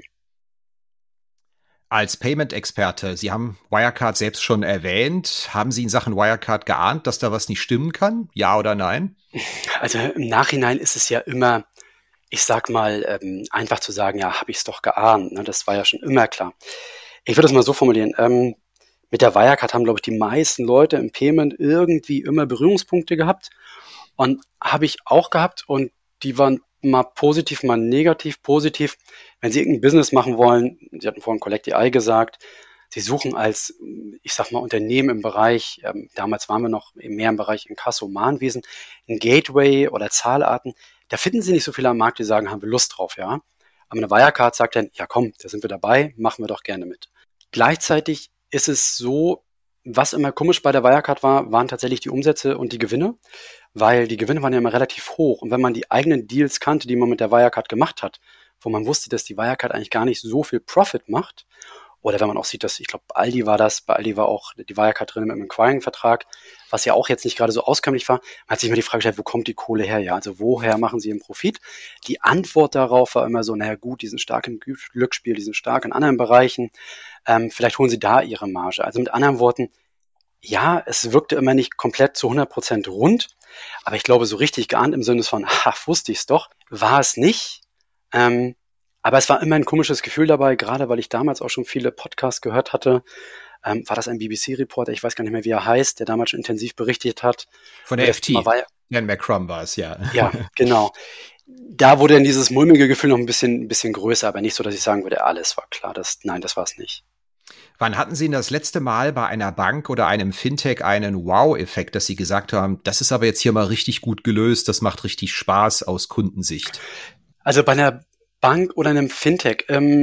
Als Payment-Experte, Sie haben Wirecard selbst schon erwähnt. Haben Sie in Sachen Wirecard geahnt, dass da was nicht stimmen kann? Ja oder nein? Also im Nachhinein ist es ja immer, ich sag mal, einfach zu sagen, ja, habe ich es doch geahnt. Ne? Das war ja schon immer klar. Ich würde es mal so formulieren. Mit der Wirecard haben, glaube ich, die meisten Leute im Payment irgendwie immer Berührungspunkte gehabt. Und habe ich auch gehabt und die waren mal positiv, mal negativ. Positiv, wenn Sie irgendein Business machen wollen, Sie hatten vorhin Collect AI gesagt, Sie suchen als, ich sag mal, Unternehmen im Bereich, damals waren wir noch mehr im Bereich Inkasso, Mahnwesen, ein Gateway oder Zahlarten, da finden Sie nicht so viele am Markt, die sagen, haben wir Lust drauf, ja. Aber eine Wirecard sagt dann, ja komm, da sind wir dabei, machen wir doch gerne mit. Gleichzeitig ist es so, was immer komisch bei der Wirecard war, waren tatsächlich die Umsätze und die Gewinne, weil die Gewinne waren ja immer relativ hoch. Und wenn man die eigenen Deals kannte, die man mit der Wirecard gemacht hat, wo man wusste, dass die Wirecard eigentlich gar nicht so viel Profit macht, oder wenn man auch sieht, dass, ich glaube, Aldi war das, bei Aldi war auch die Wirecard drin mit dem Acquiring-Vertrag, was ja auch jetzt nicht gerade so auskömmlich war, man hat sich immer die Frage gestellt, wo kommt die Kohle her? Ja, also woher machen sie ihren Profit? Die Antwort darauf war immer so, naja gut, die sind stark im Glücksspiel, die sind stark in anderen Bereichen, vielleicht holen sie da ihre Marge. Also mit anderen Worten, ja, es wirkte immer nicht komplett zu 100% rund, aber ich glaube, so richtig geahnt im Sinne von, ach, wusste ich's doch, war es nicht. Ähm, aber es war immer ein komisches Gefühl dabei, gerade weil ich damals auch schon viele Podcasts gehört hatte. War das ein BBC-Reporter, ich weiß gar nicht mehr, wie er heißt, der damals schon intensiv berichtet hat. Von der FT. Ian McCrum war es, ja. Ja, genau. Da wurde dann dieses mulmige Gefühl noch ein bisschen größer, aber nicht so, dass ich sagen würde, alles war klar. Nein, das war es nicht. Wann hatten Sie denn das letzte Mal bei einer Bank oder einem Fintech einen Wow-Effekt, dass Sie gesagt haben, das ist aber jetzt hier mal richtig gut gelöst, das macht richtig Spaß aus Kundensicht? Also bei einer Bank oder einem Fintech,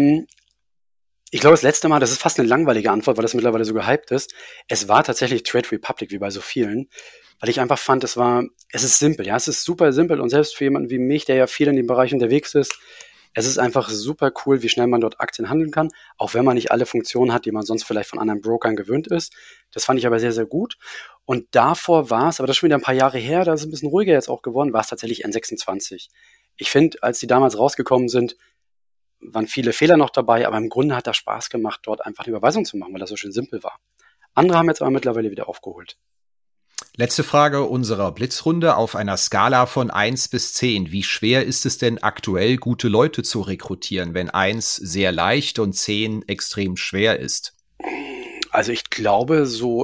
ich glaube, das letzte Mal, das ist fast eine langweilige Antwort, weil das mittlerweile so gehypt ist. Es war tatsächlich Trade Republic, wie bei so vielen, weil ich einfach fand, es ist simpel, ja, es ist super simpel und selbst für jemanden wie mich, der ja viel in dem Bereich unterwegs ist, es ist einfach super cool, wie schnell man dort Aktien handeln kann, auch wenn man nicht alle Funktionen hat, die man sonst vielleicht von anderen Brokern gewöhnt ist. Das fand ich aber sehr, sehr gut. Und davor war es, aber das ist schon wieder ein paar Jahre her, da ist es ein bisschen ruhiger jetzt auch geworden, war es tatsächlich N26. Ich finde, als die damals rausgekommen sind, waren viele Fehler noch dabei, aber im Grunde hat das Spaß gemacht, dort einfach eine Überweisung zu machen, weil das so schön simpel war. Andere haben jetzt aber mittlerweile wieder aufgeholt. Letzte Frage unserer Blitzrunde auf einer Skala von 1 bis 10. Wie schwer ist es denn aktuell, gute Leute zu rekrutieren, wenn 1 sehr leicht und 10 extrem schwer ist? Also ich glaube so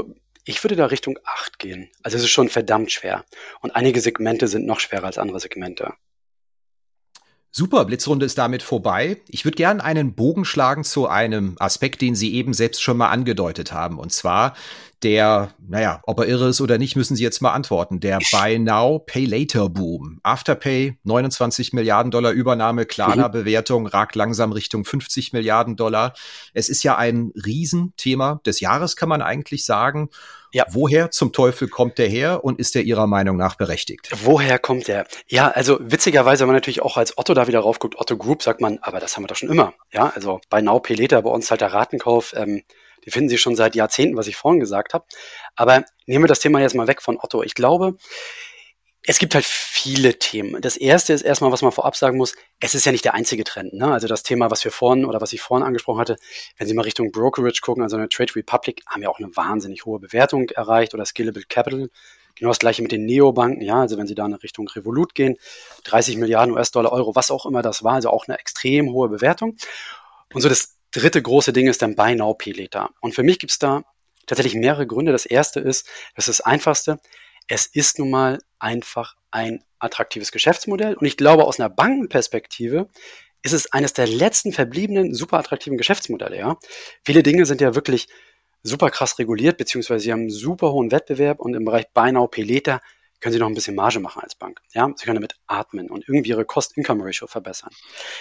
Ich würde da Richtung 8 gehen. Also es ist schon verdammt schwer. Und einige Segmente sind noch schwerer als andere Segmente. Super, Blitzrunde ist damit vorbei. Ich würde gerne einen Bogen schlagen zu einem Aspekt, den Sie eben selbst schon mal angedeutet haben. Und zwar ob er irre ist oder nicht, müssen Sie jetzt mal antworten. Der Buy Now, Pay Later Boom. Afterpay, 29 Milliarden Dollar Übernahme, Klarna-Bewertung ragt langsam Richtung 50 Milliarden Dollar. Es ist ja ein Riesenthema des Jahres, kann man eigentlich sagen. Ja. Woher zum Teufel kommt der her und ist der Ihrer Meinung nach berechtigt? Woher kommt der? Ja, also witzigerweise, wenn man natürlich auch als Otto da wieder raufguckt, Otto Group, sagt man, aber das haben wir doch schon immer. Ja, also Buy Now, Pay Later, bei uns halt der Ratenkauf, die finden Sie schon seit Jahrzehnten, was ich vorhin gesagt habe. Aber nehmen wir das Thema jetzt mal weg von Otto. Ich glaube, es gibt halt viele Themen. Das erste ist erstmal, was man vorab sagen muss, es ist ja nicht der einzige Trend. Ne? Also das Thema, was ich vorhin angesprochen hatte, wenn Sie mal Richtung Brokerage gucken, also eine Trade Republic, haben ja auch eine wahnsinnig hohe Bewertung erreicht oder Scalable Capital. Genau das gleiche mit den Neobanken, ja, also wenn Sie da in Richtung Revolut gehen, 30 Milliarden US-Dollar, Euro, was auch immer das war, also auch eine extrem hohe Bewertung. Und so das dritte große Ding ist dann Buy Now, Pay Later. Und für mich gibt es da tatsächlich mehrere Gründe. Das erste ist, das ist das Einfachste, es ist nun mal einfach ein attraktives Geschäftsmodell. Und ich glaube, aus einer Bankenperspektive ist es eines der letzten verbliebenen super attraktiven Geschäftsmodelle. Ja? Viele Dinge sind ja wirklich super krass reguliert, beziehungsweise sie haben einen super hohen Wettbewerb und im Bereich Buy Now, Pay Later können sie noch ein bisschen Marge machen als Bank. Ja? Sie können damit atmen und irgendwie ihre Cost-Income-Ratio verbessern.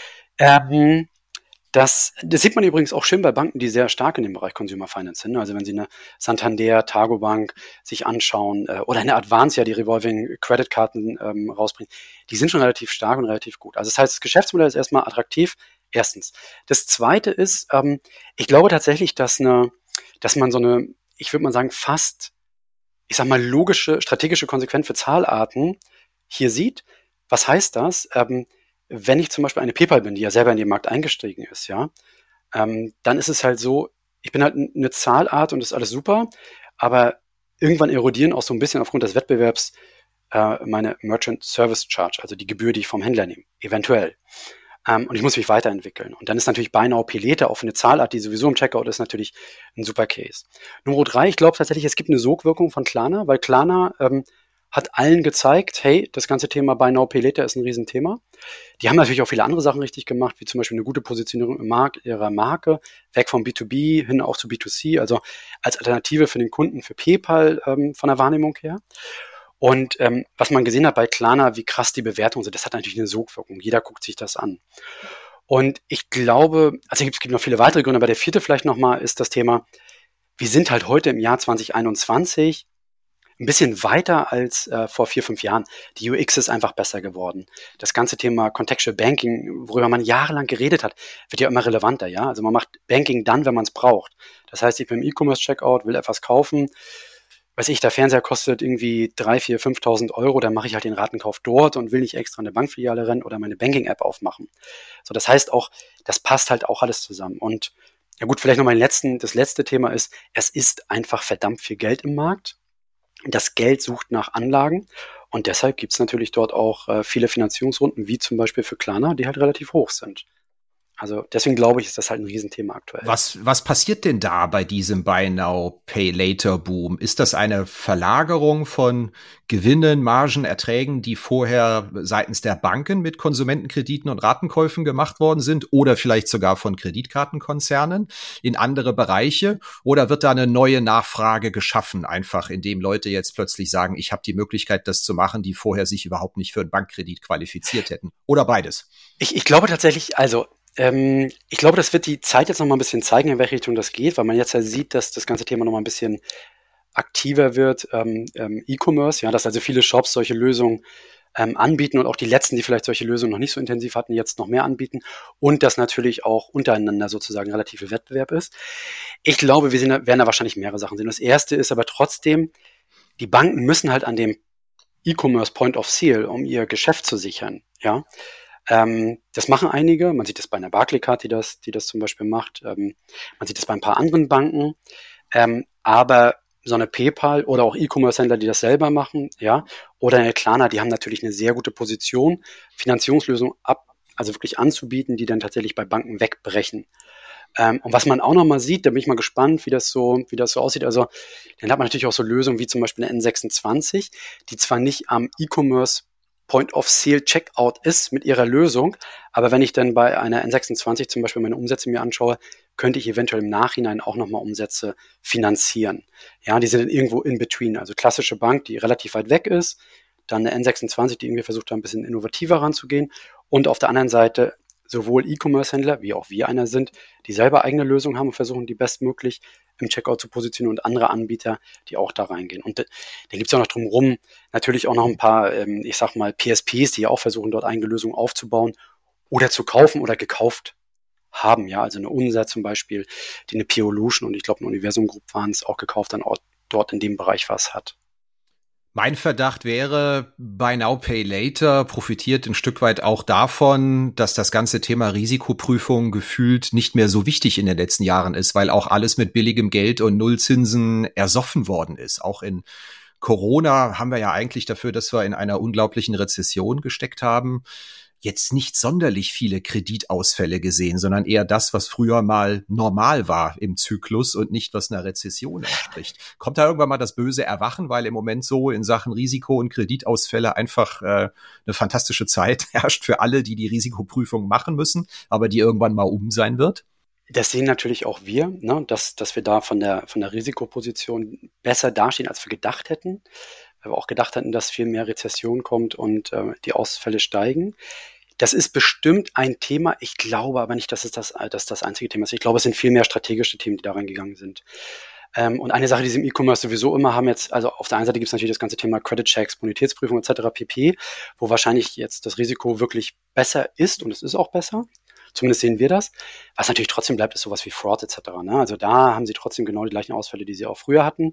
Das sieht man übrigens auch schön bei Banken, die sehr stark in dem Bereich Consumer Finance sind. Also wenn Sie eine Santander, Targo Bank sich anschauen oder eine Advance, ja, die Revolving Credit Karten rausbringen, die sind schon relativ stark und relativ gut. Also das heißt, das Geschäftsmodell ist erstmal attraktiv. Erstens. Das Zweite ist, ich glaube tatsächlich, dass man so eine, ich würde mal sagen, fast, ich sag mal, logische, strategische Konsequenz für Zahlarten hier sieht. Was heißt das? Wenn ich zum Beispiel eine PayPal bin, die ja selber in den Markt eingestiegen ist, ja, dann ist es halt so, ich bin halt eine Zahlart und das ist alles super, aber irgendwann erodieren auch so ein bisschen aufgrund des Wettbewerbs meine Merchant Service Charge, also die Gebühr, die ich vom Händler nehme, eventuell. Und ich muss mich weiterentwickeln. Und dann ist natürlich Buy Now, Pay Later, auch für eine Zahlart, die sowieso im Checkout ist, natürlich ein super Case. Nummer 3, ich glaube tatsächlich, es gibt eine Sogwirkung von Klarna, weil Klarna hat allen gezeigt, hey, das ganze Thema Buy Now, Pay Later ist ein Riesenthema. Die haben natürlich auch viele andere Sachen richtig gemacht, wie zum Beispiel eine gute Positionierung ihrer Marke, weg vom B2B hin auch zu B2C, also als Alternative für den Kunden, für PayPal von der Wahrnehmung her. Und was man gesehen hat bei Klarna, wie krass die Bewertungen sind, das hat natürlich eine Sogwirkung. Jeder guckt sich das an. Und ich glaube, also es gibt noch viele weitere Gründe, aber der vierte vielleicht nochmal ist das Thema, wir sind halt heute im Jahr 2021 ein bisschen weiter als vor 4, 5 Jahren. Die UX ist einfach besser geworden. Das ganze Thema Contextual Banking, worüber man jahrelang geredet hat, wird ja immer relevanter. Ja, also man macht Banking dann, wenn man es braucht. Das heißt, ich bin im E-Commerce-Checkout, will etwas kaufen, weiß ich, der Fernseher kostet irgendwie 3, 4, 5.000 Euro, dann mache ich halt den Ratenkauf dort und will nicht extra in eine Bankfiliale rennen oder meine Banking-App aufmachen. So, das heißt auch, das passt halt auch alles zusammen. Und ja gut, vielleicht nochmal das letzte Thema ist, es ist einfach verdammt viel Geld im Markt. Das Geld sucht nach Anlagen und deshalb gibt es natürlich dort auch viele Finanzierungsrunden, wie zum Beispiel für Klarna, die halt relativ hoch sind. Also deswegen glaube ich, ist das halt ein Riesenthema aktuell. Was passiert denn da bei diesem Buy Now, Pay Later Boom? Ist das eine Verlagerung von Gewinnen, Margen, Erträgen, die vorher seitens der Banken mit Konsumentenkrediten und Ratenkäufen gemacht worden sind oder vielleicht sogar von Kreditkartenkonzernen in andere Bereiche? Oder wird da eine neue Nachfrage geschaffen, einfach indem Leute jetzt plötzlich sagen, ich habe die Möglichkeit, das zu machen, die vorher sich überhaupt nicht für einen Bankkredit qualifiziert hätten? Oder beides? Ich glaube tatsächlich, also ich glaube, das wird die Zeit jetzt noch mal ein bisschen zeigen, in welche Richtung das geht, weil man jetzt ja sieht, dass das ganze Thema noch mal ein bisschen aktiver wird, E-Commerce, ja, dass also viele Shops solche Lösungen anbieten und auch die letzten, die vielleicht solche Lösungen noch nicht so intensiv hatten, jetzt noch mehr anbieten und dass natürlich auch untereinander sozusagen relativ viel Wettbewerb ist. Ich glaube, werden da wahrscheinlich mehrere Sachen sehen. Das erste ist aber trotzdem, die Banken müssen halt an dem E-Commerce Point of Sale, um ihr Geschäft zu sichern, ja. Das machen einige. Man sieht das bei einer Barclaycard, die das zum Beispiel macht. Man sieht das bei ein paar anderen Banken. Aber so eine PayPal oder auch E-Commerce-Händler, die das selber machen, ja, oder eine Klarna, die haben natürlich eine sehr gute Position, Finanzierungslösungen also wirklich anzubieten, die dann tatsächlich bei Banken wegbrechen. Und was man auch nochmal sieht, da bin ich mal gespannt, wie das so aussieht. Also dann hat man natürlich auch so Lösungen wie zum Beispiel eine N26, die zwar nicht am E-Commerce Point of Sale Checkout ist mit ihrer Lösung, aber wenn ich dann bei einer N26 zum Beispiel meine Umsätze mir anschaue, könnte ich eventuell im Nachhinein auch nochmal Umsätze finanzieren. Ja, die sind dann irgendwo in between. Also klassische Bank, die relativ weit weg ist, dann eine N26, die irgendwie versucht, da ein bisschen innovativer ranzugehen, und auf der anderen Seite sowohl E-Commerce-Händler, wie auch wir einer sind, die selber eigene Lösungen haben und versuchen, die bestmöglich im Checkout zu positionieren, und andere Anbieter, die auch da reingehen. Und dann gibt es auch noch drumherum natürlich auch noch ein paar, ich sag mal, PSPs, die ja auch versuchen, dort eigene Lösungen aufzubauen oder zu kaufen oder gekauft haben. Ja, also eine Unser zum Beispiel, die eine Piolution und ich glaube eine Universum Group waren es, auch gekauft, dann auch dort in dem Bereich was hat. Mein Verdacht wäre, Buy Now, Pay Later profitiert ein Stück weit auch davon, dass das ganze Thema Risikoprüfung gefühlt nicht mehr so wichtig in den letzten Jahren ist, weil auch alles mit billigem Geld und Nullzinsen ersoffen worden ist. Auch in Corona haben wir ja eigentlich dafür, dass wir in einer unglaublichen Rezession gesteckt haben, jetzt nicht sonderlich viele Kreditausfälle gesehen, sondern eher das, was früher mal normal war im Zyklus und nicht, was einer Rezession entspricht. Kommt da irgendwann mal das böse Erwachen, weil im Moment so in Sachen Risiko und Kreditausfälle einfach eine fantastische Zeit herrscht für alle, die die Risikoprüfung machen müssen, aber die irgendwann mal sein wird? Das sehen natürlich auch wir, ne, dass wir da von der Risikoposition besser dastehen, als wir gedacht hätten. Weil wir auch gedacht hatten, dass viel mehr Rezession kommt und die Ausfälle steigen. Das ist bestimmt ein Thema. Ich glaube aber nicht, dass das einzige Thema ist. Ich glaube, es sind viel mehr strategische Themen, die da reingegangen sind. Und eine Sache, die sie im E-Commerce sowieso immer haben jetzt, also auf der einen Seite gibt es natürlich das ganze Thema Credit Checks, Bonitätsprüfung etc. pp., wo wahrscheinlich jetzt das Risiko wirklich besser ist, und es ist auch besser. Zumindest sehen wir das. Was natürlich trotzdem bleibt, ist sowas wie Fraud etc. Ne? Also da haben sie trotzdem genau die gleichen Ausfälle, die sie auch früher hatten.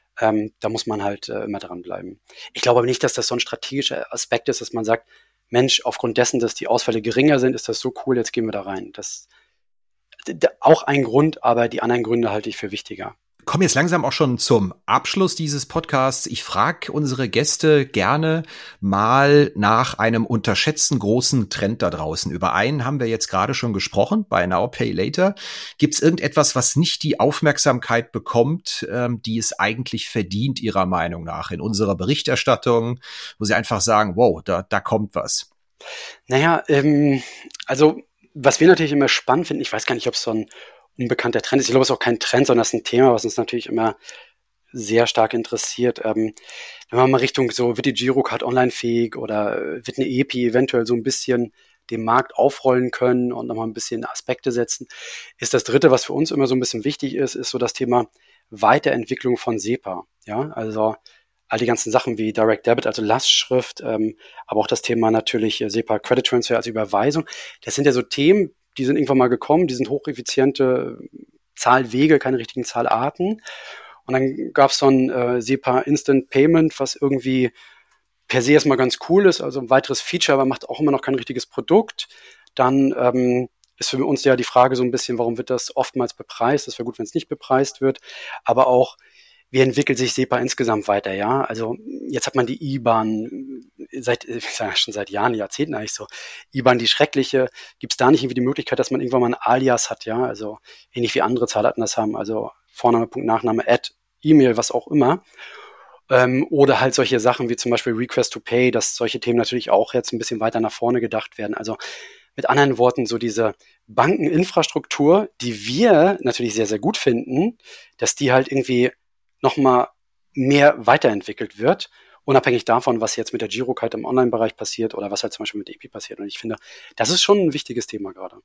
Da muss man halt immer dran bleiben. Ich glaube aber nicht, dass das so ein strategischer Aspekt ist, dass man sagt, Mensch, aufgrund dessen, dass die Ausfälle geringer sind, ist das so cool, jetzt gehen wir da rein. Das auch ein Grund, aber die anderen Gründe halte ich für wichtiger. Kommen jetzt langsam auch schon zum Abschluss dieses Podcasts. Ich frage unsere Gäste gerne mal nach einem unterschätzten großen Trend da draußen. Über einen haben wir jetzt gerade schon gesprochen, Buy Now, Pay Later. Gibt es irgendetwas, was nicht die Aufmerksamkeit bekommt, die es eigentlich verdient, Ihrer Meinung nach, in unserer Berichterstattung, wo Sie einfach sagen, wow, da kommt was? Naja, also was wir natürlich immer spannend finden, ich weiß gar nicht, ob es so ein unbekannter Trend ist. Ich glaube, es ist auch kein Trend, sondern es ist ein Thema, was uns natürlich immer sehr stark interessiert. Wenn man mal Richtung so, wird die Girocard online fähig oder wird eine EPI eventuell so ein bisschen den Markt aufrollen können und nochmal ein bisschen Aspekte setzen, ist das Dritte, was für uns immer so ein bisschen wichtig ist so das Thema Weiterentwicklung von SEPA. Ja, also all die ganzen Sachen wie Direct Debit, also Lastschrift, aber auch das Thema natürlich SEPA Credit Transfer, also Überweisung. Das sind ja so Themen, die sind irgendwann mal gekommen, die sind hocheffiziente Zahlwege, keine richtigen Zahlarten. Und dann gab es so ein SEPA Instant Payment, was irgendwie per se erstmal ganz cool ist, also ein weiteres Feature, aber macht auch immer noch kein richtiges Produkt. Dann ist für uns ja die Frage so ein bisschen, warum wird das oftmals bepreist? Das wäre gut, wenn es nicht bepreist wird. Aber auch, wie entwickelt sich SEPA insgesamt weiter, ja? Also jetzt hat man die IBAN schon seit Jahren, Jahrzehnten eigentlich so. IBAN, die schreckliche, gibt es da nicht irgendwie die Möglichkeit, dass man irgendwann mal ein Alias hat, ja? Also ähnlich wie andere Zahlarten das haben, also Vorname, Punkt, Nachname, E-Mail, was auch immer. Oder halt solche Sachen wie zum Beispiel Request to Pay, dass solche Themen natürlich auch jetzt ein bisschen weiter nach vorne gedacht werden. Also mit anderen Worten, so diese Bankeninfrastruktur, die wir natürlich sehr, sehr gut finden, dass die halt irgendwie nochmal mehr weiterentwickelt wird, unabhängig davon, was jetzt mit der Girocard im Online-Bereich passiert oder was halt zum Beispiel mit EPI passiert. Und ich finde, das ist schon ein wichtiges Thema gerade.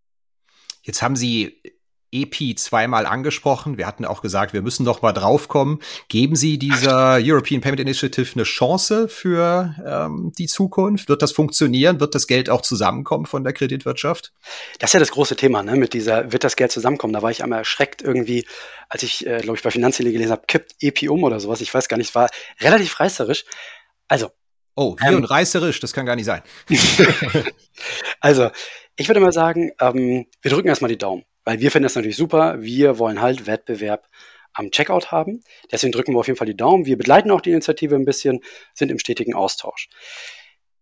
Jetzt haben Sie EPI zweimal angesprochen. Wir hatten auch gesagt, wir müssen doch mal draufkommen. Geben Sie dieser European Payment Initiative eine Chance für die Zukunft? Wird das funktionieren? Wird das Geld auch zusammenkommen von der Kreditwirtschaft? Das ist ja das große Thema, ne? Mit dieser, wird das Geld zusammenkommen? Da war ich einmal erschreckt irgendwie, als ich, glaube ich, bei Finanztele gelesen habe, kippt EPI um oder sowas. Ich weiß gar nicht, war relativ reißerisch. Also. Oh, wir und reißerisch, das kann gar nicht sein. Also, ich würde mal sagen, wir drücken erstmal die Daumen. Weil wir finden das natürlich super. Wir wollen halt Wettbewerb am Checkout haben. Deswegen drücken wir auf jeden Fall die Daumen. Wir begleiten auch die Initiative ein bisschen, sind im stetigen Austausch.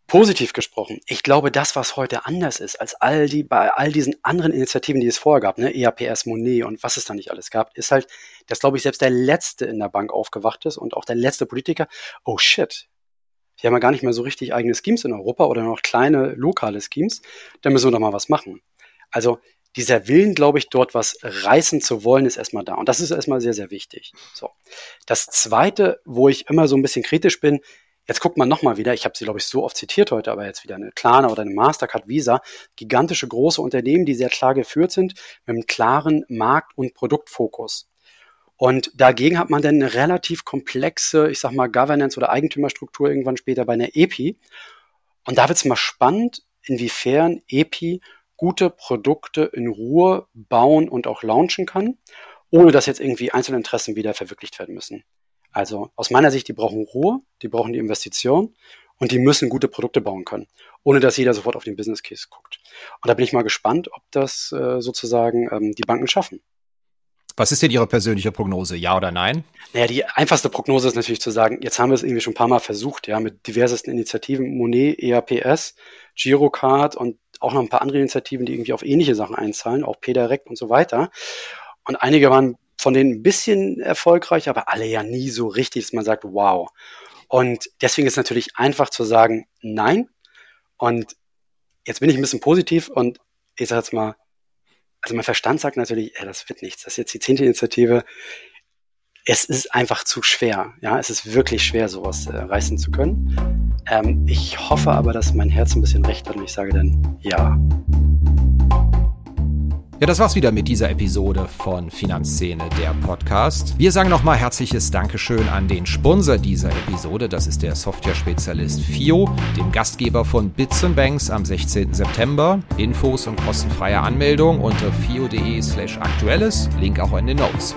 Positiv gesprochen, ich glaube, das, was heute anders ist als bei all diesen anderen Initiativen, die es vorher gab, ne, EAPS, Monet und was es da nicht alles gab, ist halt, dass, glaube ich, selbst der Letzte in der Bank aufgewacht ist und auch der letzte Politiker, oh shit, wir haben ja gar nicht mehr so richtig eigene Schemes in Europa oder noch kleine lokale Schemes, da müssen wir doch mal was machen. Also dieser Willen, glaube ich, dort was reißen zu wollen, ist erstmal da. Und das ist erstmal sehr, sehr wichtig. So. Das Zweite, wo ich immer so ein bisschen kritisch bin, jetzt guckt man nochmal wieder, ich habe sie, glaube ich, so oft zitiert heute, aber jetzt wieder eine Klarna oder eine Mastercard, Visa, gigantische große Unternehmen, die sehr klar geführt sind, mit einem klaren Markt- und Produktfokus. Und dagegen hat man dann eine relativ komplexe, ich sag mal, Governance- oder Eigentümerstruktur irgendwann später bei einer EPI. Und da wird es mal spannend, inwiefern EPI gute Produkte in Ruhe bauen und auch launchen kann, ohne dass jetzt irgendwie einzelne Interessen wieder verwirklicht werden müssen. Also aus meiner Sicht, die brauchen Ruhe, die brauchen die Investition und die müssen gute Produkte bauen können, ohne dass jeder sofort auf den Business Case guckt. Und da bin ich mal gespannt, ob das sozusagen die Banken schaffen. Was ist denn Ihre persönliche Prognose? Ja oder nein? Naja, die einfachste Prognose ist natürlich zu sagen, jetzt haben wir es irgendwie schon ein paar Mal versucht, ja, mit diversesten Initiativen, Monet, EAPS, Girocard und auch noch ein paar andere Initiativen, die irgendwie auf ähnliche Sachen einzahlen, auch PayDirect und so weiter. Und einige waren von denen ein bisschen erfolgreich, aber alle ja nie so richtig, dass man sagt, wow. Und deswegen ist es natürlich einfach zu sagen, nein. Und jetzt bin ich ein bisschen positiv und ich sage jetzt mal, also mein Verstand sagt natürlich, das wird nichts. Das ist jetzt die 10. Initiative. Es ist einfach zu schwer. Ja, es ist wirklich schwer, sowas reißen zu können. Ich hoffe aber, dass mein Herz ein bisschen recht hat und ich sage dann ja. Ja, das war's wieder mit dieser Episode von Finanzszene, der Podcast. Wir sagen nochmal herzliches Dankeschön an den Sponsor dieser Episode. Das ist der Software-Spezialist FIO, dem Gastgeber von Bits & Banks am 16. September. Infos und kostenfreie Anmeldung unter fio.de/aktuelles. Link auch in den Notes.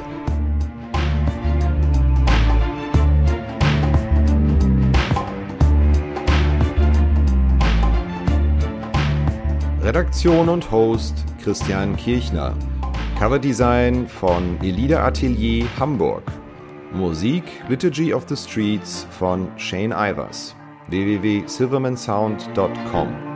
Redaktion und Host Christian Kirchner. Coverdesign von Elida Atelier Hamburg. Musik Liturgy of the Streets von Shane Ivers. www.silvermansound.com